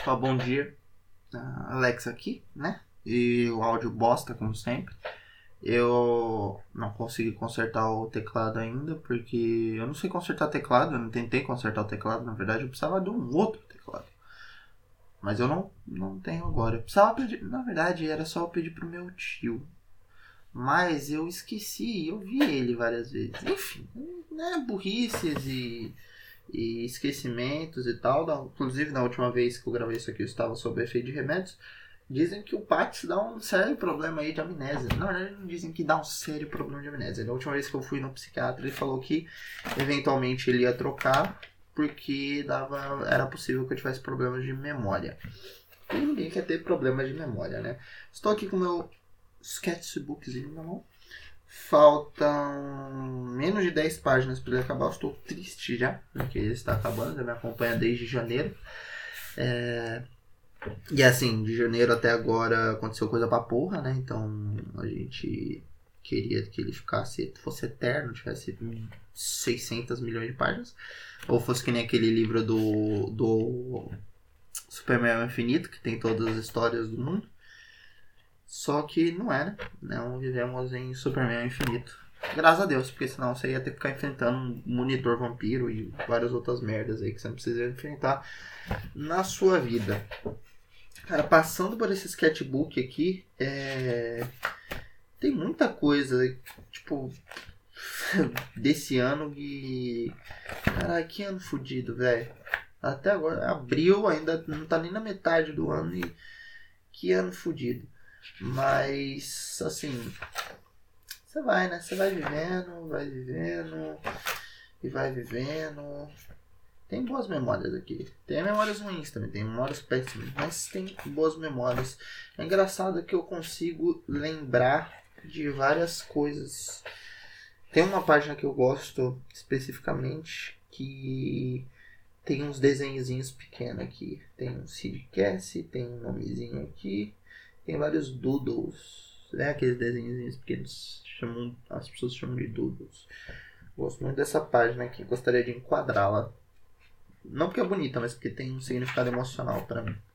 Só bom dia, Alex aqui, né? E o áudio bosta, como sempre. Eu não consegui consertar o teclado ainda, porque eu não sei consertar teclado, eu não tentei consertar o teclado, na verdade eu precisava de um outro teclado. Mas eu não tenho agora. Eu precisava pedir, na verdade era só eu pedir pro meu tio. Mas eu esqueci, eu vi ele várias vezes. Enfim, né, burrices e esquecimentos e tal. Inclusive, na última vez que eu gravei isso aqui, eu estava sob efeito de remédios. Dizem que o Pax dá um sério problema aí de amnésia. Na verdade, não dizem que dá um sério problema de amnésia. Na última vez que eu fui no psiquiatra, ele falou que eventualmente ele ia trocar porque era possível que eu tivesse problemas de memória. E ninguém quer ter problemas de memória, né? Estou aqui com o meu sketchbookzinho na mão. Faltam menos de 10 páginas para ele acabar. Eu estou triste já, porque ele está acabando. Já me acompanha desde janeiro. E assim, de janeiro até agora aconteceu coisa pra porra, né? Então a gente queria que ele fosse eterno, tivesse 600 milhões de páginas. Ou fosse que nem aquele livro do Superman Infinito, que tem todas as histórias do mundo. Só que não era, não vivemos em Superman Infinito. Graças a Deus, porque senão você ia ter que ficar enfrentando um monitor vampiro e várias outras merdas aí que você não precisa enfrentar na sua vida. Cara, passando por esse sketchbook aqui, tem muita coisa, tipo, desse ano que... Caralho, que ano fodido, velho. Até agora, abril, ainda não tá nem na metade do ano e que ano fodido. Mas, assim, você vai, né? Você vai vivendo e vai vivendo. Tem boas memórias aqui. Tem memórias ruins também, tem memórias péssimas, mas tem boas memórias. É engraçado que eu consigo lembrar de várias coisas. Tem uma página que eu gosto especificamente que tem uns desenhozinhos pequenos aqui. Tem um Sidcast, tem um nomezinho aqui. Tem vários doodles, né? Aqueles desenhos pequenos, as pessoas chamam de doodles. Gosto muito dessa página aqui, gostaria de enquadrá-la. Não porque é bonita, mas porque tem um significado emocional pra mim.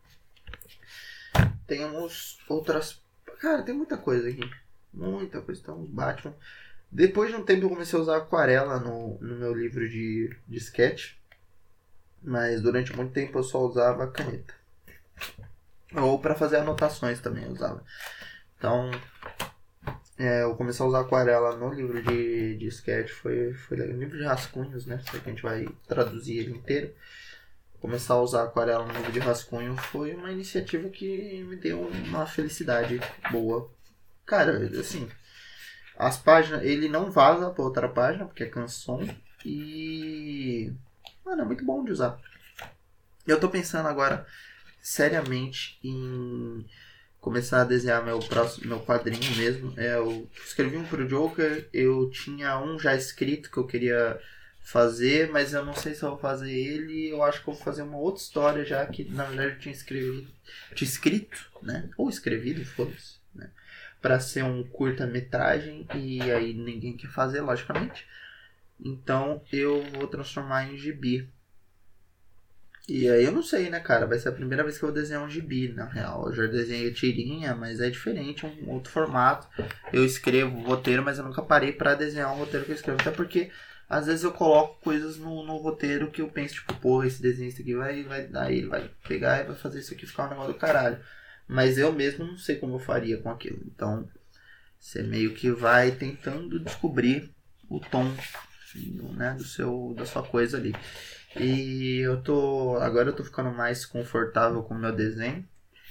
Temos outras... Cara, tem muita coisa aqui. Muita coisa, tem uns Batman. Depois de um tempo eu comecei a usar aquarela no meu livro de sketch. Mas durante muito tempo eu só usava caneta. Ou pra fazer anotações também eu usava. Então, eu comecei a usar aquarela no livro de sketch. Foi legal. Livro de rascunhos, né? Só que a gente vai traduzir ele inteiro. Começar a usar aquarela no livro de rascunho foi uma iniciativa que me deu uma felicidade boa. Cara, assim, as páginas, ele não vaza pra outra página, porque é canção. E... mano, é muito bom de usar. Eu tô pensando agora seriamente em começar a desenhar meu quadrinho mesmo. Eu escrevi um pro Joker, eu tinha um já escrito que eu queria fazer, mas eu não sei se eu vou fazer ele. Eu acho que eu vou fazer uma outra história já, que na verdade eu tinha escrito, né? Ou escrevido, foda-se, né? Pra ser um curta-metragem, e aí ninguém quer fazer, logicamente. Então eu vou transformar em gibi. E aí eu não sei, né, cara? Vai ser a primeira vez que eu vou desenhar um gibi, na real. Eu já desenhei tirinha, mas é diferente, um outro formato. Eu escrevo roteiro, mas eu nunca parei pra desenhar um roteiro que eu escrevo. Até porque, às vezes, eu coloco coisas no roteiro que eu penso, tipo, porra, esse desenhista aqui vai dar, ele vai pegar e vai fazer isso aqui ficar um negócio do caralho. Mas eu mesmo não sei como eu faria com aquilo. Então, você meio que vai tentando descobrir o tom, né, da sua coisa ali. E agora eu tô ficando mais confortável com o meu desenho.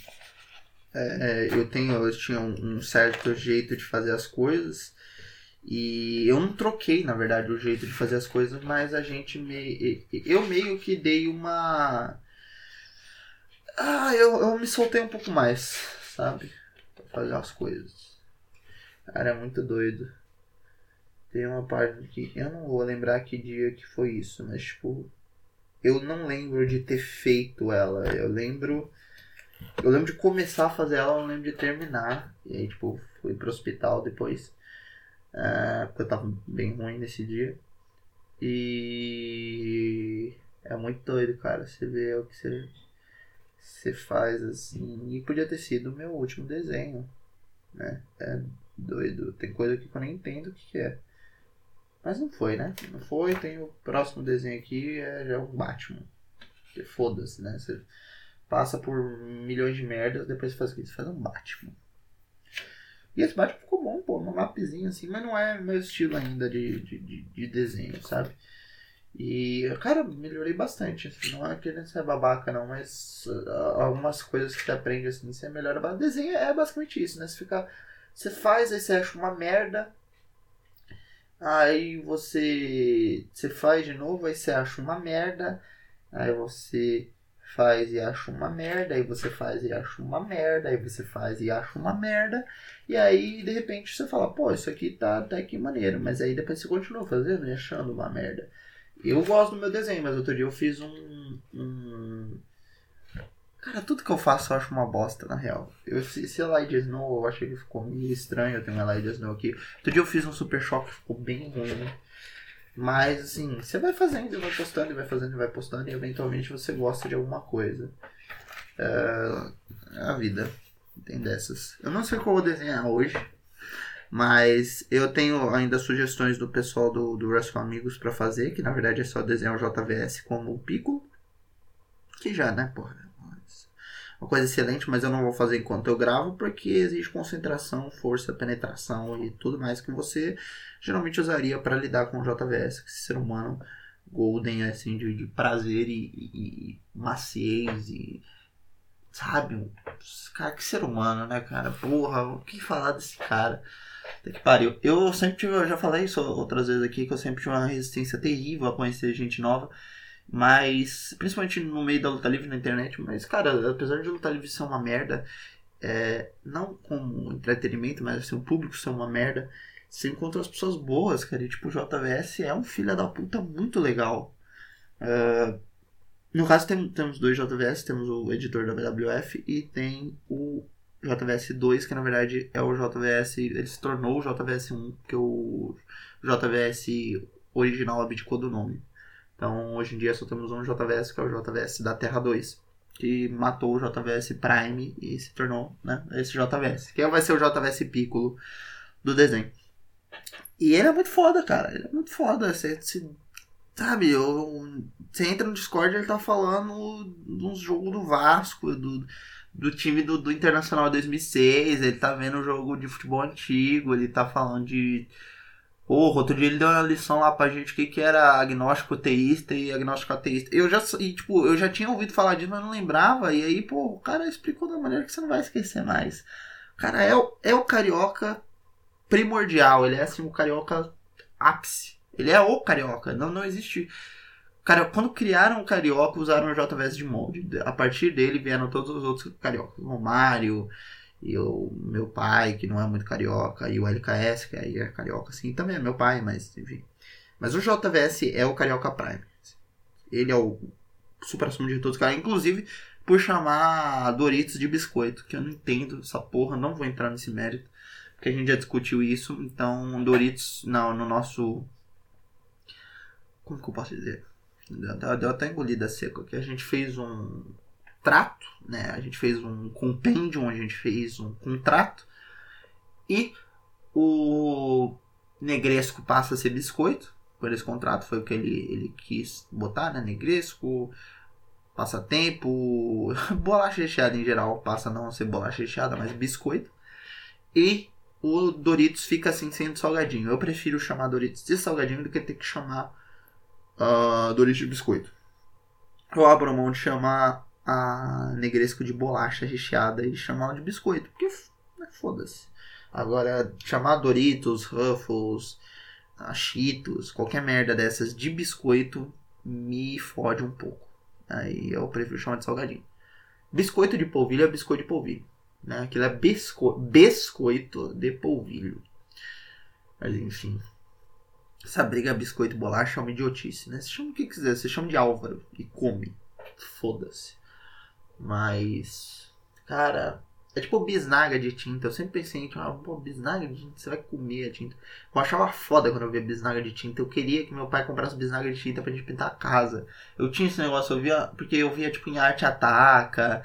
Eu tinha um certo jeito de fazer as coisas. E eu não troquei, na verdade, o jeito de fazer as coisas, mas eu meio que dei uma... eu me soltei um pouco mais, sabe? Pra fazer as coisas. Cara, é muito doido. Tem uma página que eu não vou lembrar que dia que foi isso, mas tipo... eu não lembro de ter feito ela. Eu lembro de começar a fazer ela, eu não lembro de terminar. E aí, tipo, fui pro hospital depois. Porque eu tava bem ruim nesse dia. E... é muito doido, cara. Você vê o que você faz assim. E podia ter sido o meu último desenho, né? É doido. Tem coisa aqui que eu nem entendo o que é. Mas não foi, né? Não foi. Tem o próximo desenho aqui, já é um Batman. Que foda-se, né? Você passa por milhões de merdas, depois você faz o quê? Você faz um Batman. E esse Batman ficou bom, pô. Um lápisinho assim, mas não é meu estilo ainda de desenho, sabe? E, cara, melhorei bastante. Assim, não é querendo ser babaca, não, mas algumas coisas que você aprende assim, você melhora bastante. Desenho é basicamente isso, né? Você faz, aí você acha uma merda. Aí você faz de novo, aí você acha uma merda. Aí você faz e acha uma merda. Aí você faz e acha uma merda. Aí você faz e acha uma merda. E aí, de repente, você fala, pô, isso aqui tá até que maneiro. Mas aí depois você continua fazendo e achando uma merda. Eu gosto do meu desenho, mas outro dia eu fiz Cara, tudo que eu faço eu acho uma bosta, na real. Esse Elijah Snow, eu achei que ficou meio estranho. Eu tenho um Elijah Snow aqui. Outro dia eu fiz um Super Choque que ficou bem ruim. Mas, assim, você vai fazendo, vai postando, vai fazendo, vai postando. E eventualmente você gosta de alguma coisa. É a vida. Tem dessas. Eu não sei qual eu vou desenhar hoje. Mas eu tenho ainda sugestões do pessoal do Russell Amigos pra fazer. Que na verdade é só desenhar o JVS como o Pico. Que já, né, porra. Uma coisa excelente, mas eu não vou fazer enquanto eu gravo, porque exige concentração, força, penetração e tudo mais que você geralmente usaria para lidar com o JVS, que esse ser humano golden, assim, de prazer e maciez e... Sabe? Cara, que ser humano, né, cara? Porra, o que falar desse cara? Até que pariu. Eu sempre tive, eu já falei isso outras vezes aqui, que eu sempre tive uma resistência terrível a conhecer gente nova. Mas, principalmente no meio da luta livre na internet. Mas, cara, apesar de luta livre ser uma merda, não como entretenimento, mas assim, o público ser uma merda, você encontra as pessoas boas, cara. E, tipo, o JVS é um filho da puta muito legal. No caso, temos dois JVS. Temos o editor da WWF e tem o JVS 2, que na verdade é o JVS... Ele se tornou o JVS 1, porque o JVS original abdicou do nome. Então, hoje em dia só temos um JVS, que é o JVS da Terra 2, que matou o JVS Prime e se tornou, né, esse JVS, que vai ser o JVS Piccolo do desenho. E ele é muito foda, cara. Ele é muito foda. Sabe, você entra no Discord e ele tá falando de uns jogos do Vasco, do time do Internacional 2006. Ele tá vendo um jogo de futebol antigo. Ele tá falando de... Porra, outro dia ele deu uma lição lá pra gente que era agnóstico teísta e agnóstico ateísta. Eu já tinha ouvido falar disso, mas não lembrava. E aí, pô, o cara explicou da maneira que você não vai esquecer mais. O cara é o carioca primordial. Ele é assim, o carioca ápice. Ele é o carioca. Não existe... Cara, quando criaram o carioca, usaram o JVS de molde. A partir dele vieram todos os outros cariocas. O Mário... E o meu pai, que não é muito carioca, e o LKS, que aí é carioca, assim, também é meu pai, mas enfim. Mas o JVS é o Carioca Prime. Ele é o supra-sumo de todos os caras, inclusive por chamar Doritos de biscoito, que eu não entendo essa porra, não vou entrar nesse mérito, porque a gente já discutiu isso. Então, Doritos, não, no nosso... Como que eu posso dizer? Deu até engolida seco aqui. A gente fez um trato, né? A gente fez um compêndio, a gente fez um contrato e o Negresco passa a ser biscoito por esse contrato, foi o que ele quis botar, né? Negresco, passatempo, bolacha recheada em geral passa a não ser bolacha recheada, mas biscoito, e o Doritos fica assim sendo salgadinho. Eu prefiro chamar Doritos de salgadinho do que ter que chamar Doritos de biscoito. Eu abro mão de chamar a Negresco de bolacha recheada e chamar ela de biscoito, porque foda-se. Agora, chamar Doritos, Ruffles, Cheetos, qualquer merda dessas de biscoito me fode um pouco. Aí eu prefiro chamar de salgadinho. Biscoito de polvilho é biscoito de polvilho, né? Aquilo é biscoito de polvilho. Mas enfim, essa briga biscoito e bolacha é uma idiotice, né? Você chama o que quiser, você chama de Álvaro e come. Foda-se. Mas, cara, é tipo bisnaga de tinta. Eu sempre pensei, bisnaga de tinta, você vai comer a tinta. Eu achava foda quando eu via bisnaga de tinta. Eu queria que meu pai comprasse bisnaga de tinta pra gente pintar a casa. Eu tinha esse negócio, porque eu via tipo em Arte Ataca,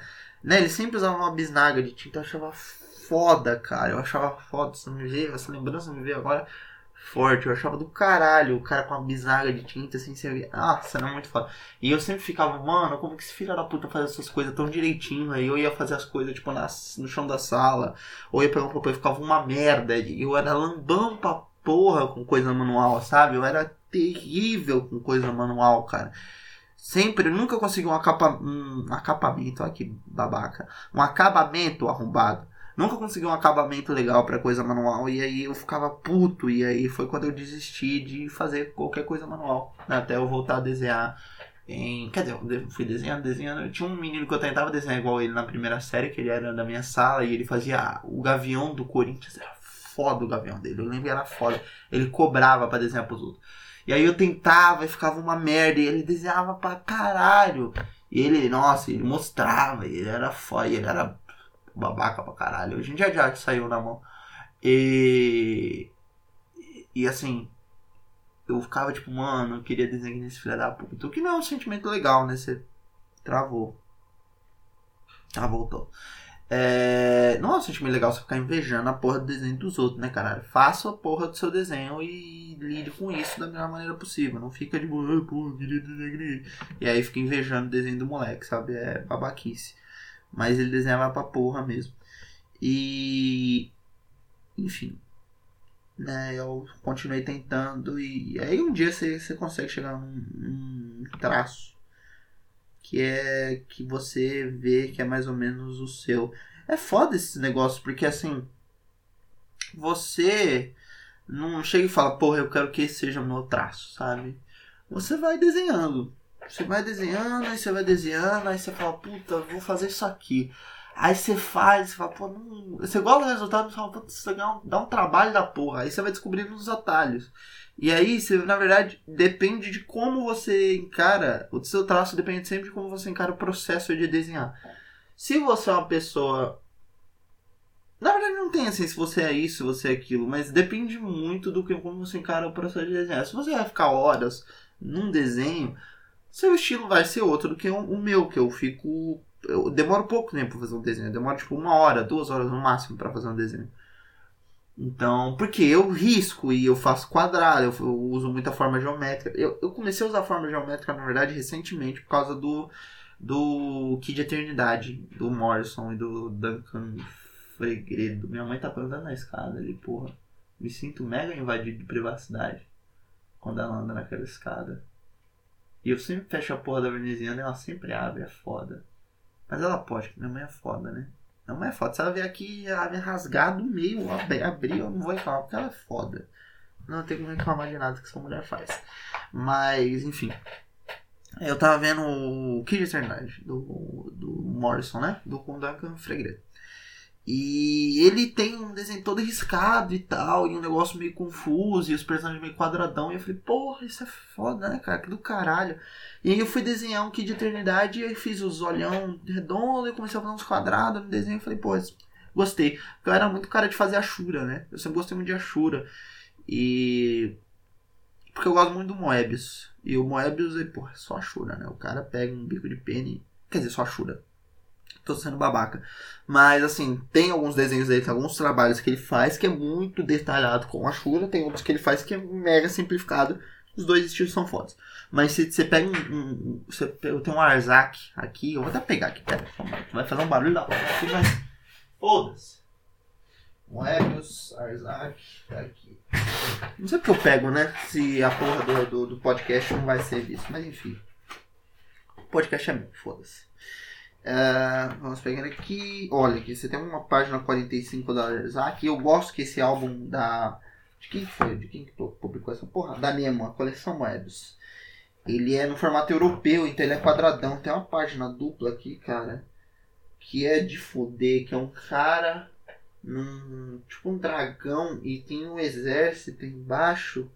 Né, ele sempre usava uma bisnaga de tinta, eu achava foda, cara. Eu achava foda, essa lembrança me veio agora forte. Eu achava do caralho o cara com uma bisnaga de tinta, assim, você via. Nossa, era muito foda. E eu sempre ficava, mano, como que esse filho da puta faz essas coisas tão direitinho? Aí eu ia fazer as coisas, tipo, no chão da sala, ou ia pegar um papel e ficava uma merda. E eu era lambão pra porra com coisa manual, sabe? Eu era terrível com coisa manual, cara. Sempre, eu nunca consegui um acabamento, olha que babaca. Um acabamento arrombado. Nunca consegui um acabamento legal pra coisa manual. E aí eu ficava puto. E aí foi quando eu desisti de fazer qualquer coisa manual. Né? Até eu voltar a desenhar. Quer dizer, eu fui desenhando. Eu tinha um menino que eu tentava desenhar igual ele na primeira série, que ele era da minha sala. E ele fazia o Gavião do Corinthians. Era foda o Gavião dele. Eu lembro que era foda. Ele cobrava pra desenhar pros outros. E aí eu tentava e ficava uma merda. E ele desenhava pra caralho. E ele, nossa, ele mostrava. E ele era foda. E ele era babaca pra caralho. Hoje em dia já saiu na mão. E assim, eu ficava tipo, mano, eu queria desenhar nesse filho da puta. O que não é um sentimento legal, né? Você travou. Ah, voltou. Não é um sentimento legal você ficar invejando a porra do desenho dos outros, né, caralho? Faça a porra do seu desenho e lide com isso da melhor maneira possível. Não fica de boa, porra, queria desenhar. E aí fica invejando o desenho do moleque, sabe? É babaquice. Mas ele desenhava pra porra mesmo. E enfim, né, eu continuei tentando. E aí um dia você consegue chegar num traço que é que você vê que é mais ou menos o seu. É foda esse negócio, porque assim, você não chega e fala, porra, eu quero que esse seja o meu traço, sabe? Você vai desenhando. Você vai desenhando, aí você vai desenhando, aí você fala, puta, vou fazer isso aqui. Aí você faz, você fala, pô, não. Você gosta do resultado, você fala, puta, isso dá um trabalho da porra. Aí você vai descobrindo os atalhos. E aí, você, na verdade, depende de como você encara. O seu traço depende sempre de como você encara o processo de desenhar. Se você é uma pessoa. Na verdade, não tem assim se você é isso, se você é aquilo, mas depende muito do que como você encara o processo de desenhar. Se você vai ficar horas num desenho, seu estilo vai ser outro do que o meu, que eu fico. Eu demoro pouco tempo pra fazer um desenho. Eu demoro tipo 1 hora, 2 horas no máximo pra fazer um desenho. Então, porque eu risco e eu faço quadrado, eu uso muita forma geométrica. Eu comecei a usar forma geométrica, na verdade, recentemente, por causa do Kid Eternidade, do Morrison e do Duncan Fregredo. Minha mãe tá andando na escada ali, porra. Me sinto mega invadido de privacidade quando ela anda naquela escada. E eu sempre fecho a porra da veneziana e ela sempre abre, é foda. Mas ela pode, porque minha mãe é foda, né? Minha mãe é foda. Se ela vier aqui, ela me rasgar do meio, abrir, eu não vou reclamar, porque ela é foda. Não tem como reclamar de nada que essa mulher faz. Mas, enfim. Eu tava vendo o Kid Eternidade, do Morrison, né? Do Duncan Fregredo. E ele tem um desenho todo riscado e tal, e um negócio meio confuso, e os personagens meio quadradão. E eu falei, porra, isso é foda, né, cara? Que do caralho. E aí eu fui desenhar um Kid de Eternidade, e aí fiz os olhão redondo, e comecei a fazer uns quadrados no desenho. E falei, pô, gostei. Porque eu era muito cara de fazer Ashura, né? Eu sempre gostei muito de Ashura. E porque eu gosto muito do Moebius. E o Moebius, porra, é só Ashura, né? O cara pega um bico de pena e... Quer dizer, só Ashura. Tô sendo babaca. Mas, assim, tem alguns desenhos dele, tem alguns trabalhos que ele faz que é muito detalhado com a Ashura. Tem outros que ele faz que é mega simplificado. Os dois estilos são fodas. Mas se você pega eu tenho um Arzak aqui. Eu vou até pegar aqui, pera. Vai fazer um barulho da hora aqui, mas... Foda-se. Moebius, Arzak, tá aqui. Não sei porque eu pego, né? Se a porra do podcast não vai ser visto. Mas, enfim. O podcast é meu, foda-se. Vamos pegando aqui. Olha, aqui você tem uma página 45 da Arzak. Eu gosto que esse álbum da... De quem foi? De quem que publicou essa porra? Da Nemo, a coleção Moebius. Ele é no formato europeu, então ele é quadradão. Tem uma página dupla aqui, cara, que é de foder, que é um cara tipo um dragão e tem um exército embaixo.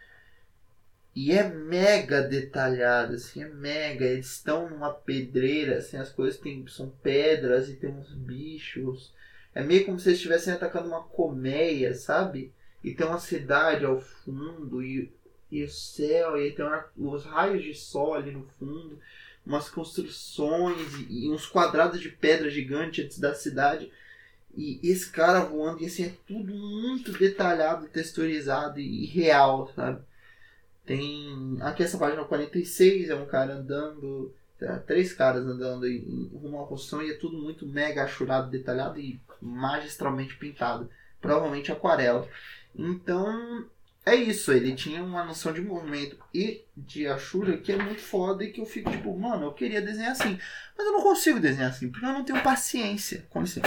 E é mega detalhado, assim, é mega. Eles estão numa pedreira, assim, as coisas são pedras e tem uns bichos. É meio como se eles estivessem atacando uma colmeia, sabe? E tem uma cidade ao fundo e o céu, e aí tem os raios de sol ali no fundo. umas construções e uns quadrados de pedra gigante antes da cidade. E esse cara voando, e assim, é tudo muito detalhado, texturizado e real, sabe? Tem aqui essa página 46, é um cara andando, 3 caras andando em rumo a uma construção, e é tudo muito mega achurado, detalhado e magistralmente pintado. Provavelmente aquarela. Então, é isso. Ele tinha uma noção de movimento e de achura que é muito foda, e que eu fico tipo, mano, eu queria desenhar assim. Mas eu não consigo desenhar assim, porque eu não tenho paciência. Com licença.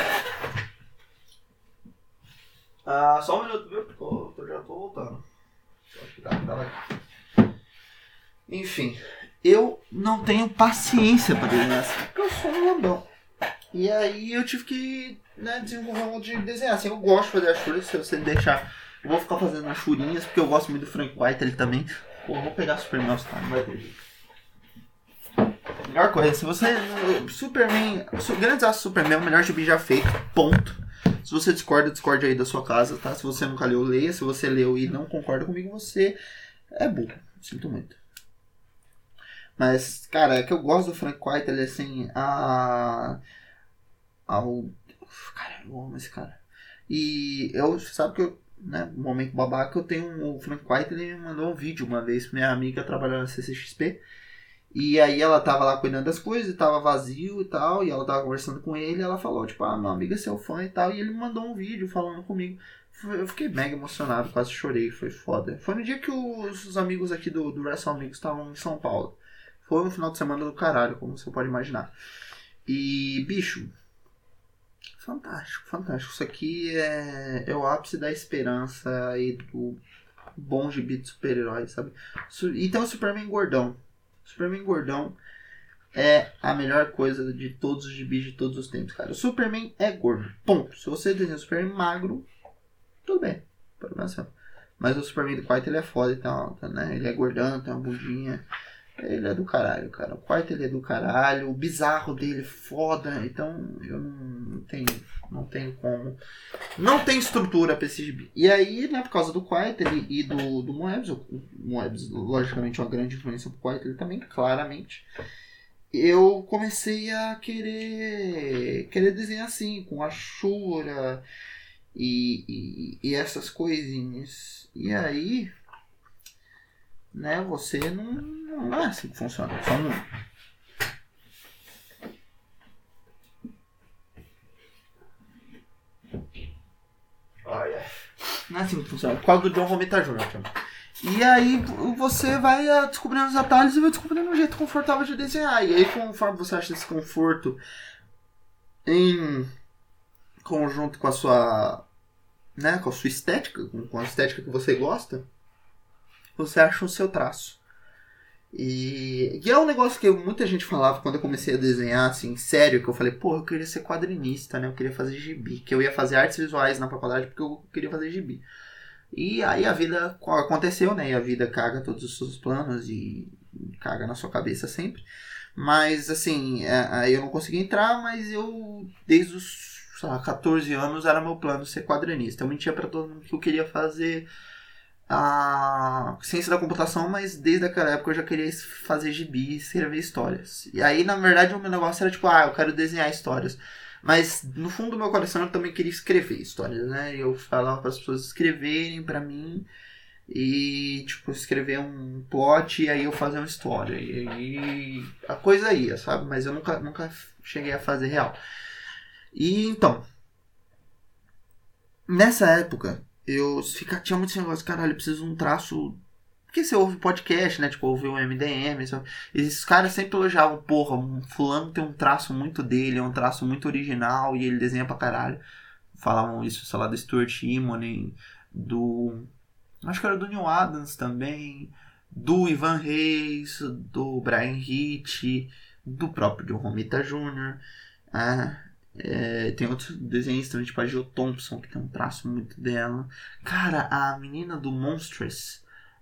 Só um minuto, viu? Porque eu já tô voltando. Acho que tá aqui. Enfim, eu não tenho paciência pra desenhar assim, porque eu sou um lambão. E aí eu tive que, né, desenvolver um modo de desenhar. Assim, eu gosto de fazer achuras, se você deixar. Eu vou ficar fazendo achurinhas, porque eu gosto muito do Frank White, ele também. Pô, eu vou pegar Superman, tá? Não vai ter jeito. Melhor coisa, se você. Superman. Grandes Aços Superman é o melhor gibi já feito. Ponto. Se você discorda, discorde aí da sua casa, tá? Se você nunca leu, leia. Se você leu e não concorda comigo, você é burro. Sinto muito. Mas, cara, é que eu gosto do Frank White, ele é assim. Cara, eu amo esse cara. E eu, sabe que eu, né, no momento babaca, eu tenho o Frank White, ele me mandou um vídeo uma vez pra minha amiga trabalhando na CCXP. E aí ela tava lá cuidando das coisas, tava vazio e tal, e ela tava conversando com ele, e ela falou, tipo, meu amigo é seu fã e tal, e ele me mandou um vídeo falando comigo. Eu fiquei mega emocionado, quase chorei, foi foda. Foi no dia que os amigos aqui do Wrestle Amigos estavam em São Paulo. Foi um final de semana do caralho, como você pode imaginar. E, bicho, fantástico, fantástico. Isso aqui é o ápice da esperança e do bom gibi de super-herói, sabe? E tem o Superman gordão. Superman gordão é a melhor coisa de todos os gibis de todos os tempos, cara. O Superman é gordo, ponto. Se você desenha o Superman magro, tudo bem, problema seu. Mas o Superman do White, ele é foda e tal, né? Ele é gordão, tem uma bundinha. Ele é do caralho, cara. O quarto ele é do caralho. O bizarro dele é foda. Então eu não tenho como. Não tem estrutura pra esse gibi. E aí, né, por causa do quarto e do Moebius, o Moebius, logicamente, é uma grande influência pro quarto, ele também, claramente. Eu comecei a querer desenhar assim, com achura e essas coisinhas. E aí, né, você não é assim que funciona. Só um... Não é assim que funciona. Por causa do John Romita Jr. E aí você vai descobrindo os atalhos e vai descobrindo um jeito confortável de desenhar. E aí, conforme você acha esse conforto em conjunto com a sua, né, com a sua estética, com a estética que você gosta, você acha o seu traço. E é um negócio que muita gente falava quando eu comecei a desenhar, assim, sério, que eu falei, pô, eu queria ser quadrinista, né? Eu queria fazer gibi, que eu ia fazer artes visuais na faculdade porque eu queria fazer gibi. E aí a vida aconteceu, né? E a vida caga todos os seus planos e caga na sua cabeça sempre. Mas, assim, aí eu não consegui entrar, mas eu, desde os, sei lá, 14 anos, era meu plano ser quadrinista. Eu mentia pra todo mundo que eu queria fazer a ciência da computação, mas desde aquela época eu já queria fazer gibi e escrever histórias. E aí, na verdade, o meu negócio era tipo, eu quero desenhar histórias. Mas no fundo do meu coração eu também queria escrever histórias, né? E eu falava para as pessoas escreverem para mim e, tipo, escrever um plot e aí eu fazer uma história. E aí a coisa ia, sabe? Mas eu nunca cheguei a fazer real. E então, nessa época, tinha muito esse negócio, caralho, eu preciso de um traço. Porque você ouve podcast, né? Tipo, ouve o MDM. Esses caras sempre elogiavam, porra, fulano tem um traço muito dele, é um traço muito original e ele desenha pra caralho. Falavam isso, sei lá, do Stuart Immonen, acho que era do Neil Adams também, do Ivan Reis, do Brian Hitch, do próprio John Romita Jr., tem outros desenhistas também, tipo a Jill Thompson, que tem um traço muito dela. Cara, a menina do Monstrous,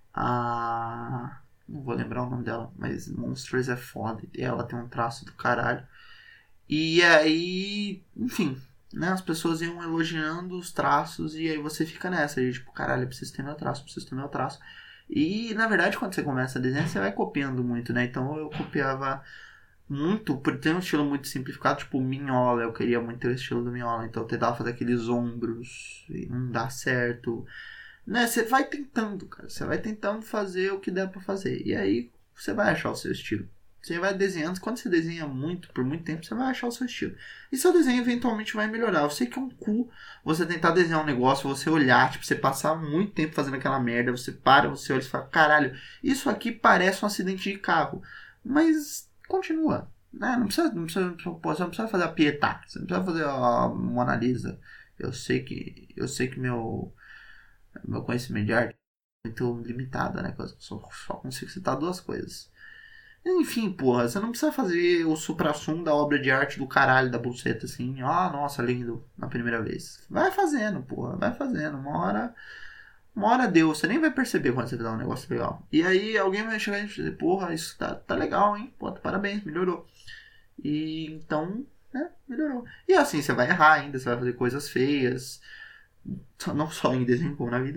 não vou lembrar o nome dela, mas Monstrous é foda. E ela tem um traço do caralho. E aí, enfim, né? As pessoas iam elogiando os traços e aí você fica nessa. E, tipo, caralho, eu preciso ter meu traço, preciso ter meu traço. E, na verdade, quando você começa a desenhar, você vai copiando muito, né? Então eu copiava muito, por ter um estilo muito simplificado, tipo Minhola, eu queria muito ter o estilo do Minhola, então eu tentava fazer aqueles ombros e não dá certo, né? Você vai tentando, cara, você vai tentando fazer o que der pra fazer, e aí você vai achar o seu estilo. Você vai desenhando, quando você desenha muito, por muito tempo, você vai achar o seu estilo. E seu desenho eventualmente vai melhorar. Eu sei que é um cu você tentar desenhar um negócio, você olhar, tipo, você passar muito tempo fazendo aquela merda, você para, você olha e fala, caralho, isso aqui parece um acidente de carro. Mas continua, né? Pô, você não precisa fazer a Pietà, você não precisa fazer a Mona Lisa. Eu sei que meu conhecimento de arte é muito limitado, né? Eu só consigo citar duas coisas. Enfim, porra, você não precisa fazer o suprassumo da obra de arte do caralho da buceta assim, nossa, lindo, na primeira vez. Vai fazendo, porra, vai fazendo. Uma hora deu, você nem vai perceber quando você fizer um negócio legal. E aí alguém vai chegar e dizer, porra, isso tá legal, hein? Pô, parabéns, melhorou. E então, né, melhorou. E assim, você vai errar ainda, você vai fazer coisas feias. Não só em desenho, como na vida.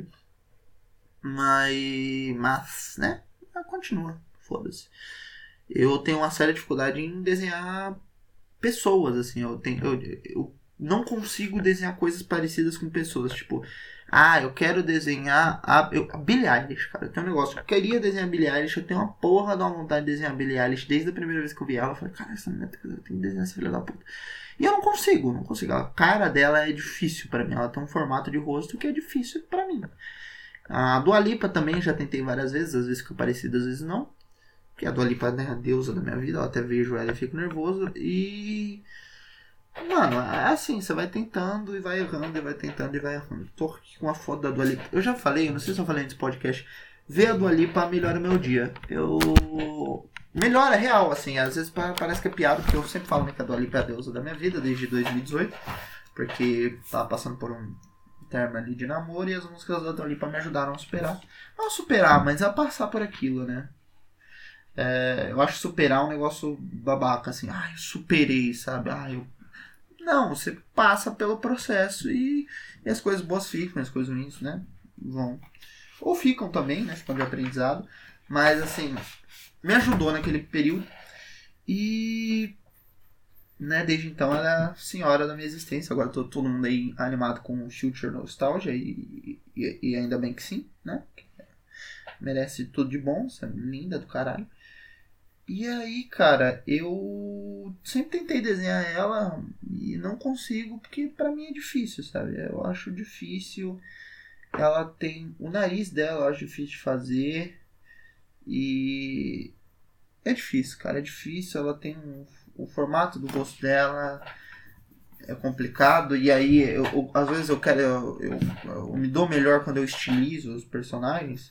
Mas né, continua, foda-se. Eu tenho uma séria dificuldade em desenhar pessoas, assim. Eu não consigo desenhar coisas parecidas com pessoas. Tipo, eu quero desenhar a Billie Eilish, cara. Tem um negócio. Eu queria desenhar a Billie Eilish. Eu tenho uma porra de uma vontade de desenhar a Billie Eilish desde a primeira vez que eu vi ela. Eu falei, cara, essa menina eu tenho que desenhar essa filha da puta. E eu não consigo. A cara dela é difícil pra mim. Ela tem um formato de rosto que é difícil pra mim. A Dua Lipa também já tentei várias vezes. Às vezes fica parecida, às vezes não. Porque a Dua Lipa é a deusa da minha vida. Eu até vejo ela e fico nervoso. E... mano, é assim, você vai tentando e vai errando, e vai tentando e vai errando. Tô aqui com a foto da Dua Lipa. Eu já falei, eu não sei se eu falei nesse podcast. Ver a Dua Lipa melhora meu dia. Melhora, é real, assim. Às vezes parece que é piada, porque eu sempre falo, né, que a Dua Lipa é a deusa da minha vida desde 2018. Porque tava passando por um termo ali de namoro e as músicas da Dua Lipa me ajudaram a superar. Não a superar, mas a passar por aquilo, né? Eu acho superar um negócio babaca, assim. Eu superei, sabe? Não, você passa pelo processo e as coisas boas ficam, as coisas ruins, né? Vão. Ou ficam também, né? Ficam de aprendizado. Mas, assim, me ajudou naquele período. E, né, desde então ela é a senhora da minha existência. Agora todo mundo aí animado com Future Nostalgia e ainda bem que sim, né? Merece tudo de bom, você é linda do caralho. E aí, cara, eu sempre tentei desenhar ela e não consigo porque pra mim é difícil, sabe? Eu acho difícil. Ela tem o nariz dela, eu acho difícil de fazer. E é difícil, cara, é difícil. Ela tem o formato do rosto dela é complicado. E aí, às vezes eu me dou melhor quando eu estilizo os personagens.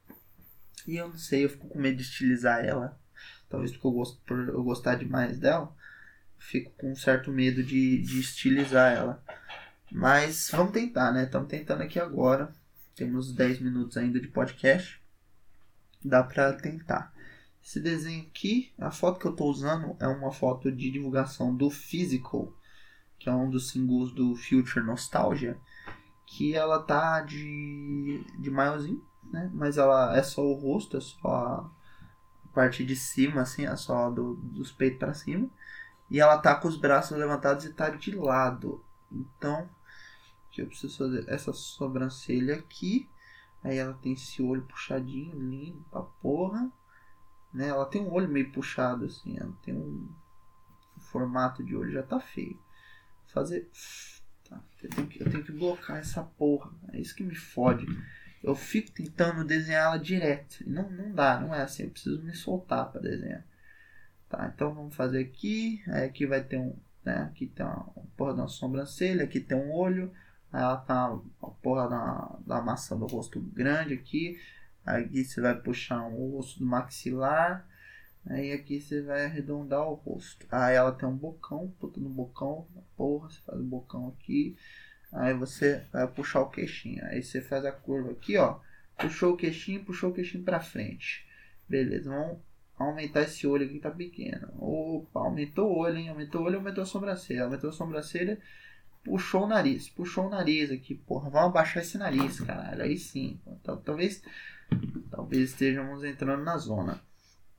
E eu não sei, eu fico com medo de estilizar ela. Talvez porque por eu gostar demais dela, fico com um certo medo de estilizar ela. Mas vamos tentar, né? Estamos tentando aqui agora. Temos 10 minutos ainda de podcast. Dá pra tentar. Esse desenho aqui, a foto que eu tô usando é uma foto de divulgação do Physical, que é um dos singles do Future Nostalgia, que ela tá de maiozinho, né? Mas ela é só o rosto, é só a parte de cima, assim, é só dos peitos pra cima. E ela tá com os braços levantados e tá de lado. Então, eu preciso fazer essa sobrancelha aqui. Aí ela tem esse olho puxadinho, lindo pra porra. Né? Ela tem um olho meio puxado, assim. Ela tem um formato de olho, já tá feio. Fazer... Tá, eu tenho que blocar essa porra. É isso que me fode. Eu fico tentando desenhar ela direto. E não dá, não é assim. Eu preciso me soltar pra desenhar. Tá, então vamos fazer aqui. Aí aqui vai ter um... né? Aqui tem uma porra de uma sobrancelha. Aqui tem um olho. Aí ela tá uma porra da maçã do rosto grande aqui. Aqui você vai puxar o osso do maxilar. Aí aqui você vai arredondar o rosto. Aí ela tem um bocão. Puta no bocão. Porra, você faz o bocão aqui. Aí você vai puxar o queixinho. Aí você faz a curva aqui, ó. Puxou o queixinho pra frente. Beleza, vamos aumentar esse olho aqui que tá pequeno. Opa, aumentou o olho, hein? Aumentou o olho, aumentou a sobrancelha. Aumentou a sobrancelha, puxou o nariz. Puxou o nariz aqui, porra. Vamos abaixar esse nariz, caralho. Aí sim. Talvez estejamos entrando na zona.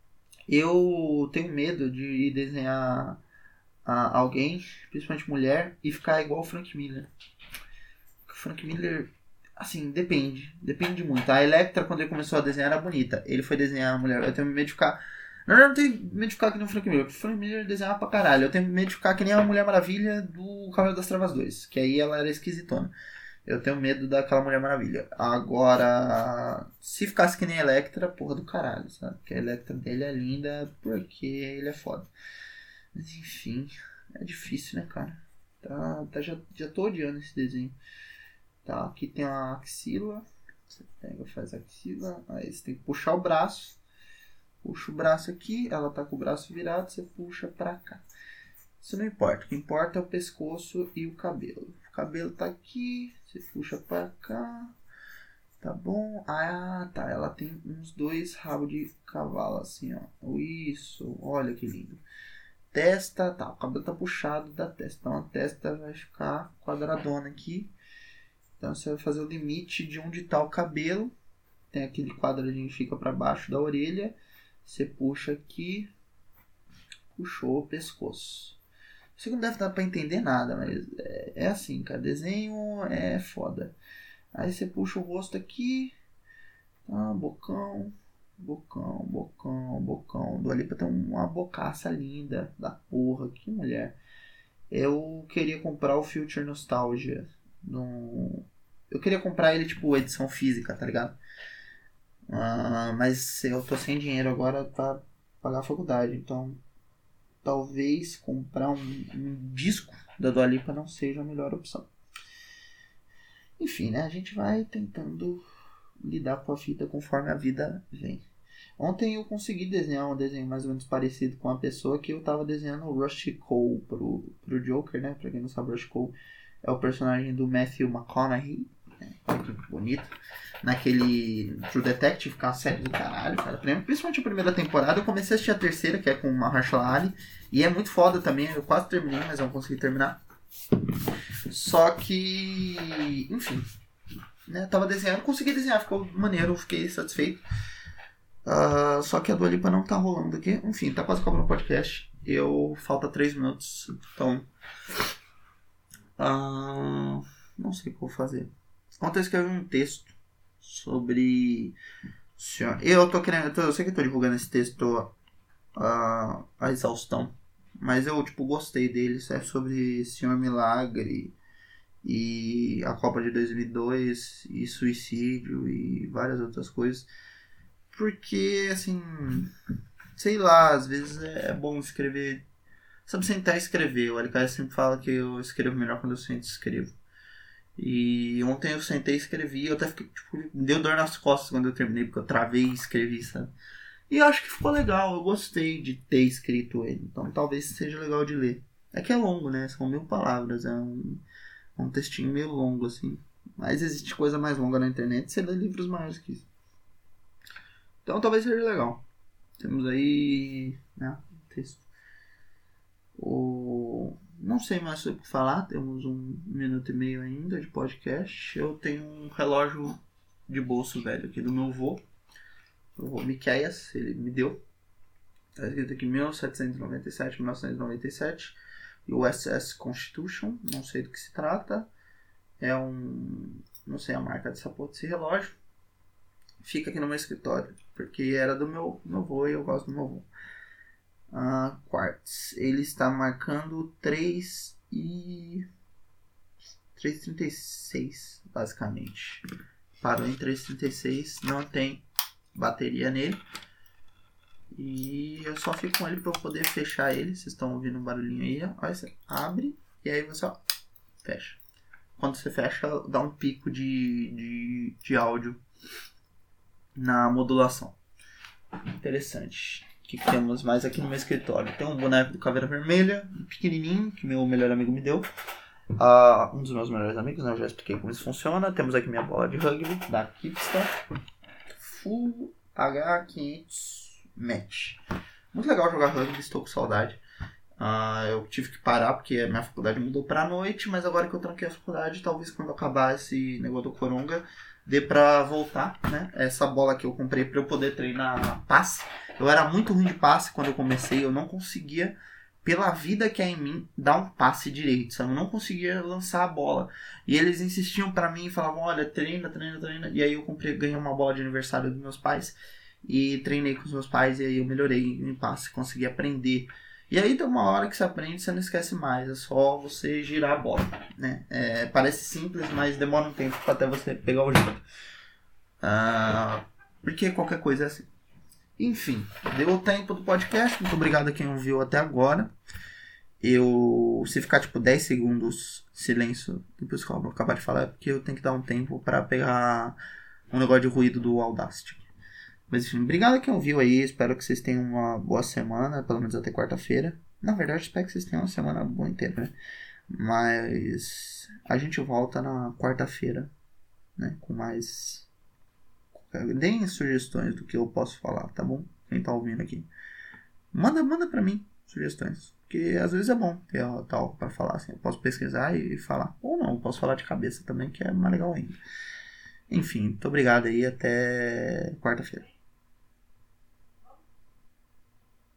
Eu tenho medo de ir desenhar alguém, principalmente mulher, e ficar igual o Frank Miller. O Frank Miller, assim, depende muito. A Electra, quando ele começou a desenhar, era bonita. Ele foi desenhar a mulher, eu tenho medo de ficar... Não tenho medo de ficar que nem o Frank Miller, porque o Frank Miller desenhava pra caralho. Eu tenho medo de ficar que nem a Mulher Maravilha do Cavaleiro das Trevas 2, que aí ela era esquisitona. Eu tenho medo daquela Mulher Maravilha. Agora, se ficasse que nem a Electra, porra do caralho, sabe? Porque a Electra dele é linda porque ele é foda. Mas enfim, é difícil, né, cara? Já tô odiando esse desenho. Tá, aqui tem a axila. Você pega, faz a axila. Aí você tem que puxar o braço. Puxa o braço aqui, ela tá com o braço virado, você puxa pra cá. Isso não importa, o que importa é o pescoço e o cabelo. O cabelo tá aqui, você puxa pra cá. Tá bom? Ah, tá, ela tem uns 2 rabos de cavalo assim, ó. Isso, olha que lindo. Testa, tá, o cabelo tá puxado da testa. Então a testa vai ficar quadradona aqui. Então você vai fazer o limite de onde tá o cabelo. Tem aquele quadradinho que fica pra baixo da orelha. Você puxa aqui, puxou o pescoço. Isso não deve dar pra entender nada, mas é assim, cara. Desenho é foda. Aí você puxa o rosto aqui, tá, bocão. Do Alipa tem uma bocaça linda da porra, que mulher. Eu queria comprar o Future Nostalgia. Eu queria comprar ele tipo edição física, tá ligado? Mas eu tô sem dinheiro agora pra pagar a faculdade, então talvez comprar um disco da Dua Lipa não seja a melhor opção. Enfim, né? A gente vai tentando lidar com a fita conforme a vida vem. Ontem eu consegui desenhar um desenho mais ou menos parecido com a pessoa que eu tava desenhando o Rusty Cole pro Joker, né? Pra quem não sabe, o Rusty Cole é o personagem do Matthew McConaughey. Olha que bonito. Naquele True Detective, que é uma série do caralho, cara. Principalmente a primeira temporada. Eu comecei a assistir a terceira, que é com o Mahershala Ali. E é muito foda também. Eu quase terminei, mas eu não consegui terminar. Só que... Enfim. Né, tava desenhando, consegui desenhar. Ficou maneiro, fiquei satisfeito. Só que a Dua Lipa não tá rolando aqui. Enfim, tá quase acabando o podcast. Falta 3 minutos. Então... não sei o que eu vou fazer. Ontem eu escrevi um texto sobre... Eu sei que eu tô divulgando esse texto a exaustão, mas eu gostei dele. É sobre Senhor Milagre e a Copa de 2002 e suicídio e várias outras coisas. Porque, assim, sei lá, às vezes é bom escrever. Sabe, sentar e escrever. O LKS sempre fala que eu escrevo melhor quando eu sento e escrevo. E ontem eu sentei e escrevi, eu até fiquei, me deu dor nas costas quando eu terminei, porque eu travei e escrevi, sabe? E eu acho que ficou legal, eu gostei de ter escrito ele, então talvez seja legal de ler. É que é longo, né? São 1000 palavras, é um textinho meio longo, assim. Mas existe coisa mais longa na internet, você lê livros maiores que isso. Então talvez seja legal. Temos aí, né, texto. Não sei mais sobre o que falar, temos 1 minuto e meio ainda de podcast. Eu tenho um relógio de bolso velho aqui do meu avô. O avô Miqueias, ele me deu. Tá escrito aqui 1797, 1997. USS Constitution, não sei do que se trata. Não sei a marca dessa porra desse relógio. Fica aqui no meu escritório, porque era do meu avô e eu gosto do meu avô. Quartz, ele está marcando 3,36 basicamente. Parou em 3,36, não tem bateria nele. E eu só fico com ele para eu poder fechar ele. Vocês estão ouvindo um barulhinho aí, ó. Olha, você abre e aí você fecha. Quando você fecha, dá um pico de áudio na modulação. Interessante. O que temos mais aqui no meu escritório? Tem um boneco do Caveira Vermelha, pequenininho, que meu melhor amigo me deu. Um dos meus melhores amigos, né? Eu já expliquei como isso funciona. Temos aqui minha bola de rugby da Kipsta Full H500 Match. Muito legal jogar rugby, estou com saudade. Eu tive que parar porque a minha faculdade mudou pra noite, mas agora que eu tranquei a faculdade, talvez quando acabar esse negócio do Coronga, dê pra voltar, né? Essa bola que eu comprei pra eu poder treinar passe. Eu era muito ruim de passe quando eu comecei, eu não conseguia, pela vida que é em mim, dar um passe direito, sabe? Eu não conseguia lançar a bola. E eles insistiam pra mim e falavam, olha, treina. E aí eu ganhei uma bola de aniversário dos meus pais e treinei com os meus pais e aí eu melhorei em passe, consegui aprender. E aí tem uma hora que você aprende, você não esquece mais, é só você girar a bola, né? Parece simples, mas demora um tempo até você pegar o jeito. Porque qualquer coisa é assim. Enfim, deu o tempo do podcast, muito obrigado a quem ouviu até agora. Se ficar tipo 10 segundos silêncio depois que eu acabar de falar, é porque eu tenho que dar um tempo pra pegar um negócio de ruído do Audacity. Mas enfim, obrigado a quem ouviu aí. Espero que vocês tenham uma boa semana, pelo menos até quarta-feira. Na verdade, espero que vocês tenham uma semana boa inteira, né? Mas a gente volta na quarta-feira, né? Com mais. Deem sugestões do que eu posso falar, tá bom? Quem tá ouvindo aqui. Manda pra mim sugestões. Porque às vezes é bom ter algo pra falar. Assim. Eu posso pesquisar e falar. Ou não, eu posso falar de cabeça também, que é mais legal ainda. Enfim, muito obrigado aí. Até quarta-feira.